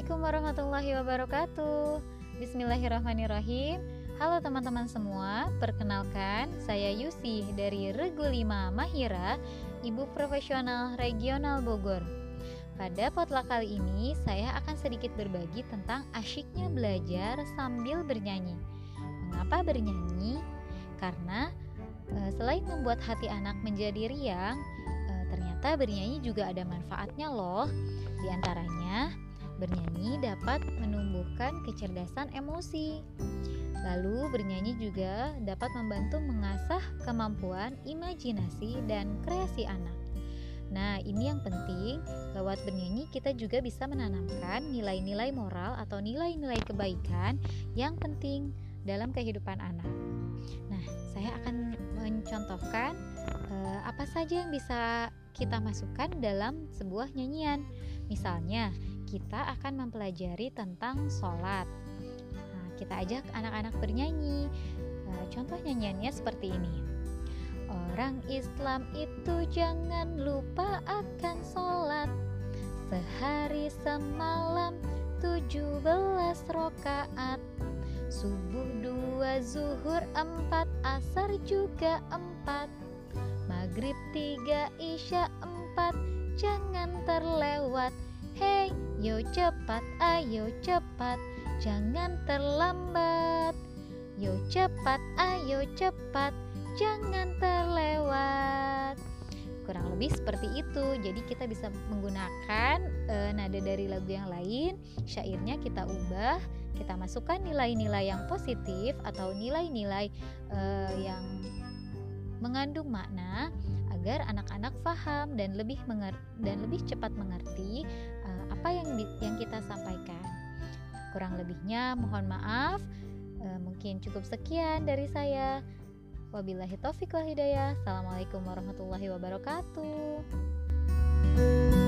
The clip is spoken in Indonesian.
Assalamualaikum warahmatullahi wabarakatuh. Bismillahirrahmanirrahim. Halo teman-teman semua, perkenalkan saya Yusi dari Regu 5 Mahira, Ibu Profesional Regional Bogor. Pada potluck kali ini saya akan sedikit berbagi tentang asyiknya belajar sambil bernyanyi. Mengapa bernyanyi? Karena selain membuat hati anak menjadi riang, ternyata bernyanyi juga ada manfaatnya loh. Di antaranya, bernyanyi dapat menumbuhkan kecerdasan emosi. Lalu bernyanyi juga dapat membantu mengasah kemampuan imajinasi dan kreasi anak. Nah, ini yang penting, lewat bernyanyi kita juga bisa menanamkan nilai-nilai moral atau nilai-nilai kebaikan yang penting dalam kehidupan anak. Nah, saya akan mencontohkan apa saja yang bisa kita masukkan dalam sebuah nyanyian. Misalnya, kita akan mempelajari tentang sholat. Nah, kita ajak anak-anak bernyanyi. Contoh nyanyiannya seperti ini. Orang Islam itu jangan lupa akan sholat, sehari semalam 17 rakaat, subuh 2, zuhur 4, asar juga 4, maghrib 3, isya 4, jangan terlewat. Hey, yo cepat, ayo cepat, jangan terlambat. Yo cepat, ayo cepat, jangan terlewat. Kurang lebih seperti itu. Jadi kita bisa menggunakan nada dari lagu yang lain, syairnya kita ubah, kita masukkan nilai-nilai yang positif atau nilai-nilai yang mengandung makna agar anak-anak paham dan lebih cepat mengerti apa yang kita sampaikan. Kurang lebihnya mohon maaf. Mungkin cukup sekian dari saya. Wabillahi taufiq wal hidayah. Assalamualaikum warahmatullahi wabarakatuh.